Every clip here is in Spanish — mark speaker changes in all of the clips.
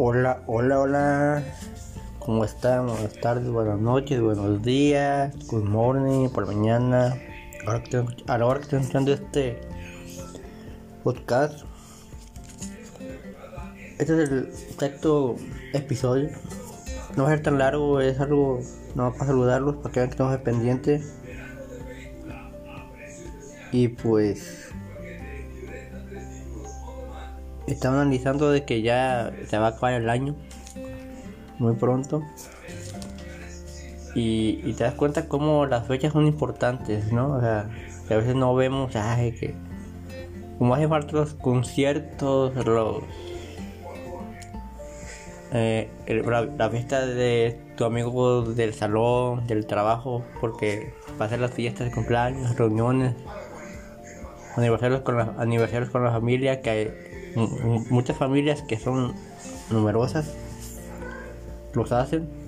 Speaker 1: Hola, hola, hola. ¿Cómo están? Buenas tardes, buenas noches, buenos días, good morning, por la mañana. A la hora que estoy escuchando este podcast. Este es el sexto episodio. No va a ser tan largo, es algo no para saludarlos, para que vean que estamos pendientes. Y pues estamos analizando de que ya se va a acabar el año muy pronto. Y te das cuenta cómo las fechas son importantes, ¿no? O sea, que a veces no vemos, que como hacen falta los conciertos, la fiesta de tu amigo del salón, del trabajo, porque va a ser las fiestas de cumpleaños, reuniones, aniversarios con la familia, que hay muchas familias que son numerosas, los hacen.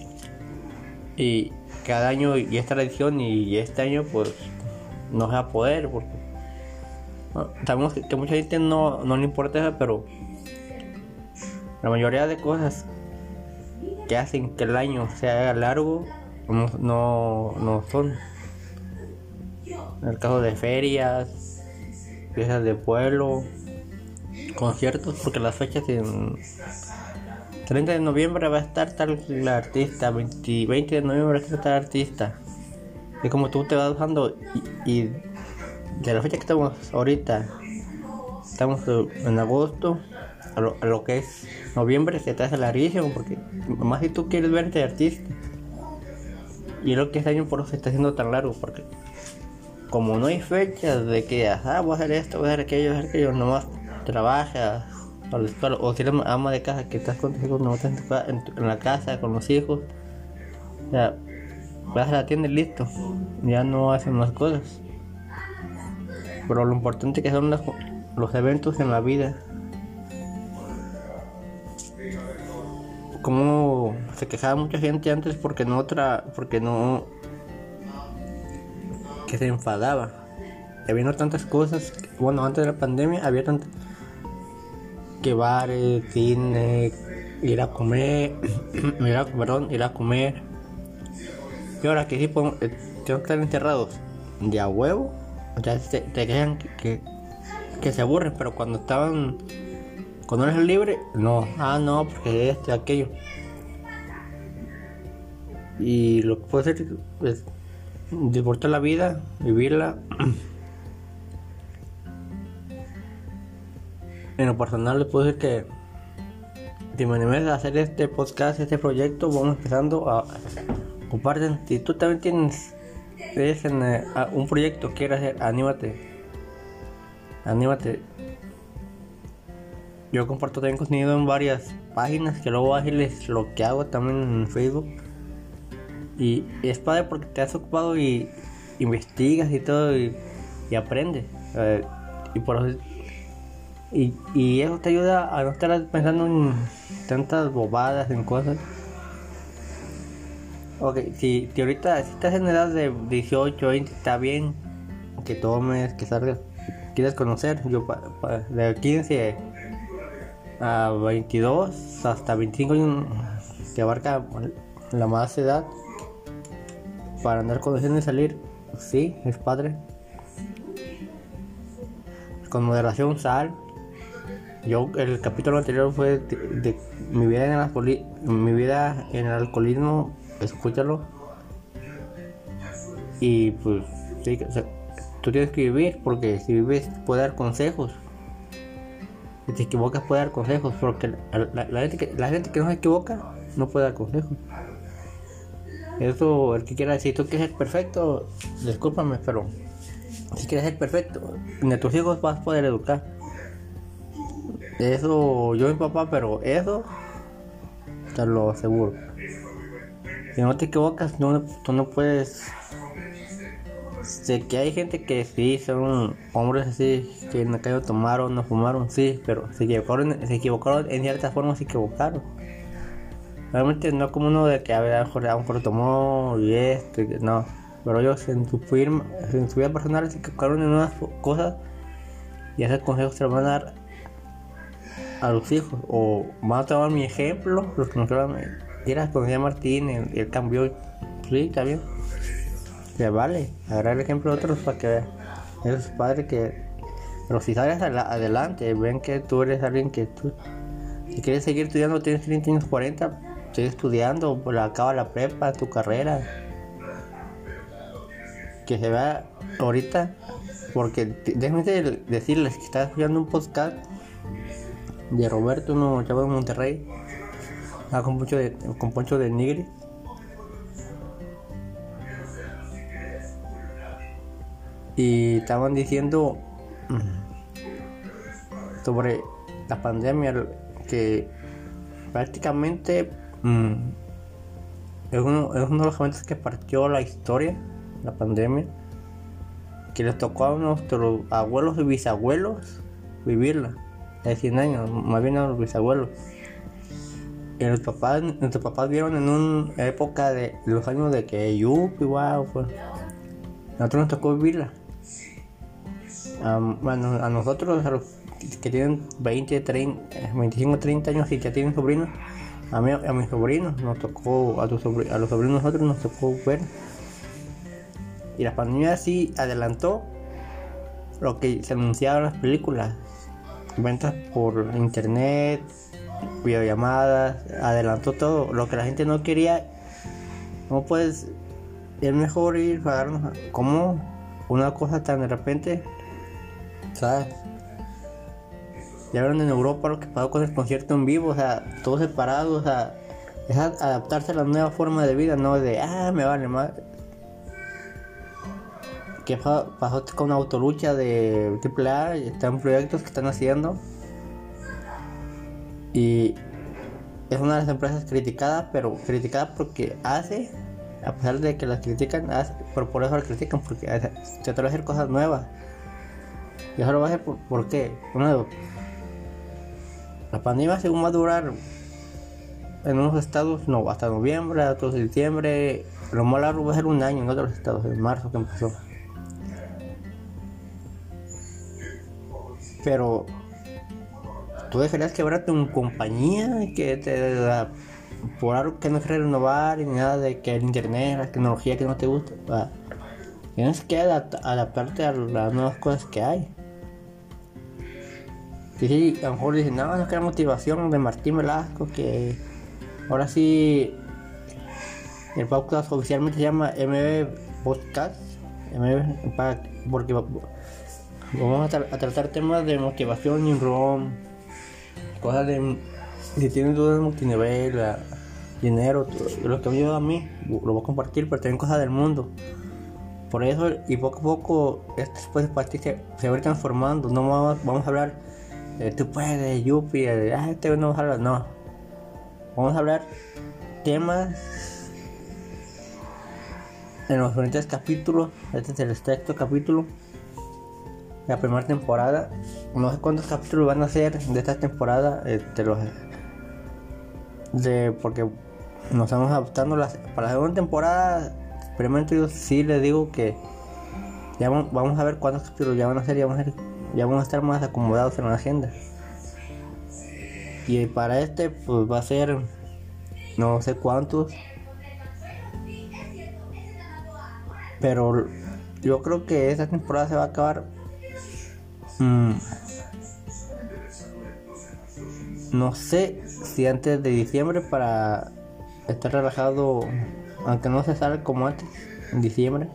Speaker 1: Y cada año y esta tradición y este año pues no se va a poder porque sabemos que mucha gente no le importa eso, pero la mayoría de cosas que hacen que el año sea largo no son. En el caso de ferias, fiestas de pueblo, conciertos, porque las fechas en 30 de noviembre va a estar tal artista, 20 de noviembre va a estar tal artista. Y como tú te vas bajando y de la fecha que estamos ahorita, estamos en agosto, a lo que es noviembre se te hace larguísimo, porque más si tú quieres verte artista. Y lo que este año por eso se está haciendo tan largo, porque como no hay fechas de que voy a hacer esto, voy a hacer aquello, nomás trabajas a la escuela, o si eres ama de casa que estás con tus hijos, no estás en la casa con los hijos, ya vas a la tienda y listo, ya no hacen más cosas. Pero lo importante que son los eventos en la vida. Como se quejaba mucha gente antes porque que se enfadaba. Había tantas cosas, antes de la pandemia había tantas que bares, cine, ir a comer. Y ahora que sí tengo que estar encerrados de a huevo, ya te quejan que se aburren, pero cuando eres libre, no, porque aquello. Y lo que puedo hacer es disfrutar la vida, vivirla. En lo personal les puedo decir que si me animé a hacer este podcast, este proyecto, vamos empezando a compartir. Si tú también tienes un proyecto que quieres hacer, anímate. Yo comparto también contenido en varias páginas que luego voy a decirles lo que hago también en Facebook. Y es padre porque te has ocupado y investigas y todo y aprendes. Y por eso y eso te ayuda a no estar pensando en tantas bobadas, en cosas. Ok, si ahorita si estás en edad de 18, 20, está bien que tomes, que salgas, quieres conocer. Yo de 15 a 22 hasta 25 años que abarca la más edad para andar conociendo y salir, sí, es padre. Con moderación sal. El capítulo anterior fue de mi vida en el alcoholismo, escúchalo. Y pues sí, tú tienes que vivir, porque si vives puede dar consejos. Si te equivocas puede dar consejos, porque la gente que no se equivoca no puede dar consejos. Eso, el que quiera decir, tú quieres ser perfecto, discúlpame, pero si quieres ser perfecto, ni a tus hijos vas a poder educar. Eso, yo mi papá, pero eso te lo aseguro. Si no te equivocas, tú no puedes. Sé que hay gente que sí son hombres así, que en la calle tomaron, no fumaron, sí, pero se equivocaron en ciertas formas, se equivocaron. Realmente no como uno de que a lo mejor tomó y no. Pero ellos en su vida personal se equivocaron en unas cosas, y esos consejos se los van a dar a los hijos. O van a tomar mi ejemplo, los que nos quieran. Mira, con Día Martín, él cambió. Sí, está bien. Ya vale, agarrar el ejemplo de otros para que vean. Eres padre que. Pero si sales adelante, ven que tú eres alguien que tú. Si quieres seguir estudiando, tienes 30 años, 40, sigue estudiando, acaba la prepa, tu carrera. Que se vea ahorita, porque déjenme decirles que estaba escuchando un podcast de Roberto, uno chavo de Monterrey, con Poncho de Nigri. Y estaban diciendo sobre la pandemia, que prácticamente es uno de los momentos que partió la historia, la pandemia, que les tocó a nuestros abuelos y bisabuelos vivirla, de 100 años, más bien a los bisabuelos. Y nuestros papás vieron en una época de los años de que wow, pues, nosotros nos tocó vivirla. Bueno, a nosotros, a los que tienen 20, 30, 25, 30 años y ya tienen sobrinos, a mis sobrinos nos tocó, a los sobrinos nosotros nos tocó ver. Y la pandemia sí adelantó lo que se anunciaba en las películas, ventas por internet, videollamadas, adelantó todo lo que la gente no quería. No puedes, es mejor ir a pagarnos como una cosa tan de repente, ¿sabes? Ya vieron en Europa lo que pasó con el concierto en vivo, o sea, todo separado, o sea, es adaptarse a la nueva forma de vida, no de, me vale más. ¿Qué pasó con Autolucha de AAA? Están proyectos que están haciendo. Y es una de las empresas criticadas, pero criticada porque hace, a pesar de que las critican, pero por eso la critican, porque se atreve a hacer cosas nuevas. Y eso lo va a hacer ¿por qué? La pandemia según va a durar en unos estados, no, hasta noviembre, otros diciembre. Lo más largo va a ser un año en otros estados, en marzo que empezó. Pero tú dejarías quebrarte una compañía que te da por algo que no quieres renovar y nada de que el internet, la tecnología que no te gusta. Tienes que adaptarte a las nuevas cosas que hay. Sí, a lo mejor dicen, no queda motivación de Martín Velasco, que ahora sí el podcast oficialmente se llama MB Podcast, porque vamos a tratar temas de motivación y ron, cosas de, si tienes dudas de multinivel, dinero, lo que me ayuda a mí, lo voy a compartir, pero también cosas del mundo. Por eso, y poco a poco, después se va a ir transformando. No vamos a hablar tú puedes, yupi, no vamos a hablar, no. Vamos a hablar temas en los diferentes capítulos. Este es el sexto capítulo de la primera temporada. No sé cuántos capítulos van a ser de esta temporada, porque nos estamos adaptando para la segunda temporada. Experimento, yo sí les digo que ya vamos a ver cuántos capítulos ya van a ser, ya vamos a estar más acomodados en la agenda. Y para pues va a ser no sé cuántos, pero yo creo que esta temporada se va a acabar no sé si antes de diciembre, para estar relajado, aunque no se salga como antes en diciembre,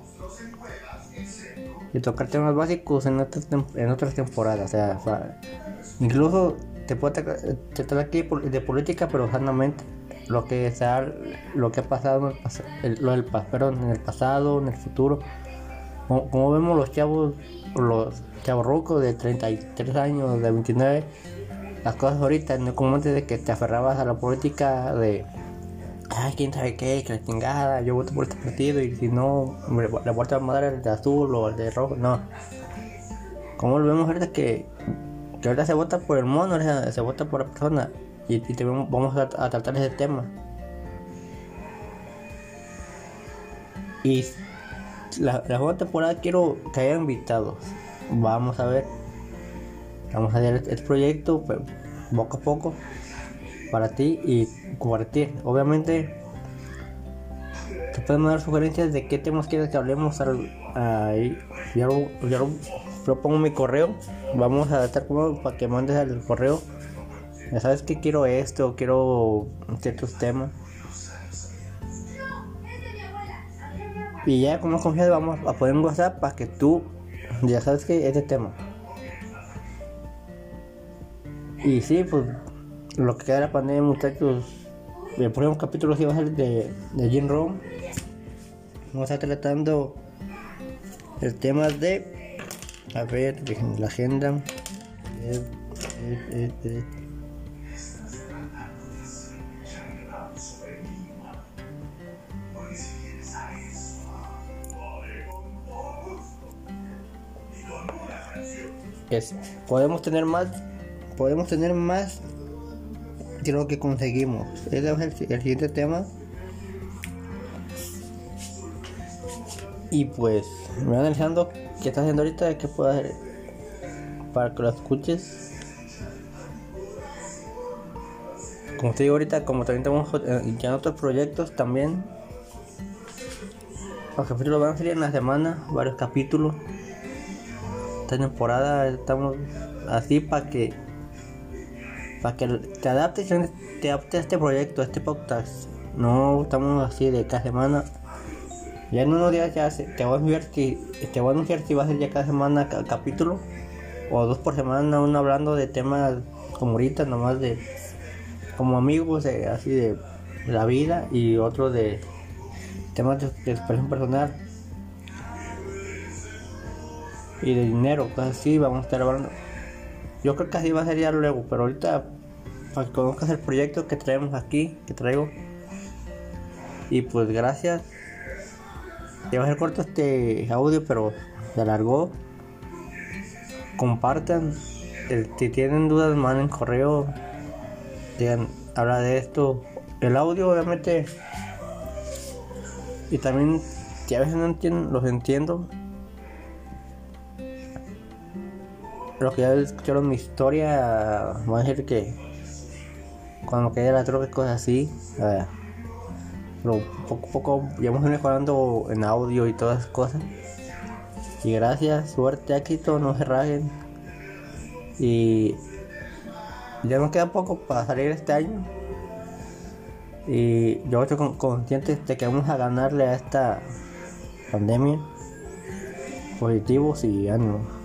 Speaker 1: y tocar temas básicos en otras temporadas. O sea, incluso te puedo tratar aquí de política, pero sanamente, lo que ha pasado en el pasado, en el futuro, como vemos los chavos rucos de 33 años, de 29, las cosas ahorita, no como antes de que te aferrabas a la política de quién sabe qué, que la chingada, yo voto por este partido y si no, la vuelta a madre el de azul o el de rojo, no. Como lo vemos ahorita que ahorita se vota por el mono, se vota por la persona, y vamos a tratar ese tema. Y la segunda temporada quiero que haya invitados. Vamos a ver este proyecto, poco a poco para ti y compartir. Obviamente te pueden mandar sugerencias de qué temas quieres que hablemos. Ya lo propongo mi correo. Vamos a estar como para que mandes al correo. Ya sabes que quiero esto, quiero ciertos temas. Y ya con más confianza vamos a poner un WhatsApp para que tú ya sabes que este tema. Y sí, pues lo que queda de la pandemia, muchachos, el próximo capítulo sí va a ser de Jim Rohn. Vamos a estar tratando el tema de, a ver, la agenda. Podemos tener más de lo que conseguimos. Ese es el siguiente tema. Y pues me van analizando qué estás haciendo ahorita, qué puedo hacer para que lo escuches. Como te digo ahorita, como también tenemos ya otros proyectos también. Los capítulos van a salir en la semana, varios capítulos. Esta temporada estamos así para que te adaptes a este proyecto, a este podcast. No estamos así de cada semana. Ya en unos días ya te voy a anunciar si va a ser ya cada semana capítulo o 2 por semana, uno hablando de temas como ahorita, nomás como amigos, así de la vida, y otro de temas de expresión personal y de dinero, cosas así. Vamos a estar hablando. Yo creo que así va a ser ya luego, pero ahorita para que conozcas el proyecto que traemos aquí, que traigo. Y pues gracias. Ya va a ser corto este audio, pero se alargó. Compartan. Si tienen dudas, manden correo. Digan, habla de esto. El audio, obviamente. Y también, si a veces no entiendo, los entiendo. Los que ya escucharon mi historia van a decir que cuando caí de la troca y cosas así. Pero poco a poco ya vamos mejorando en audio y todas esas cosas. Y gracias, suerte, éxito, no se rajen. Y ya nos queda poco para salir este año. Y yo estoy consciente de que vamos a ganarle a esta pandemia. Positivos y ánimo.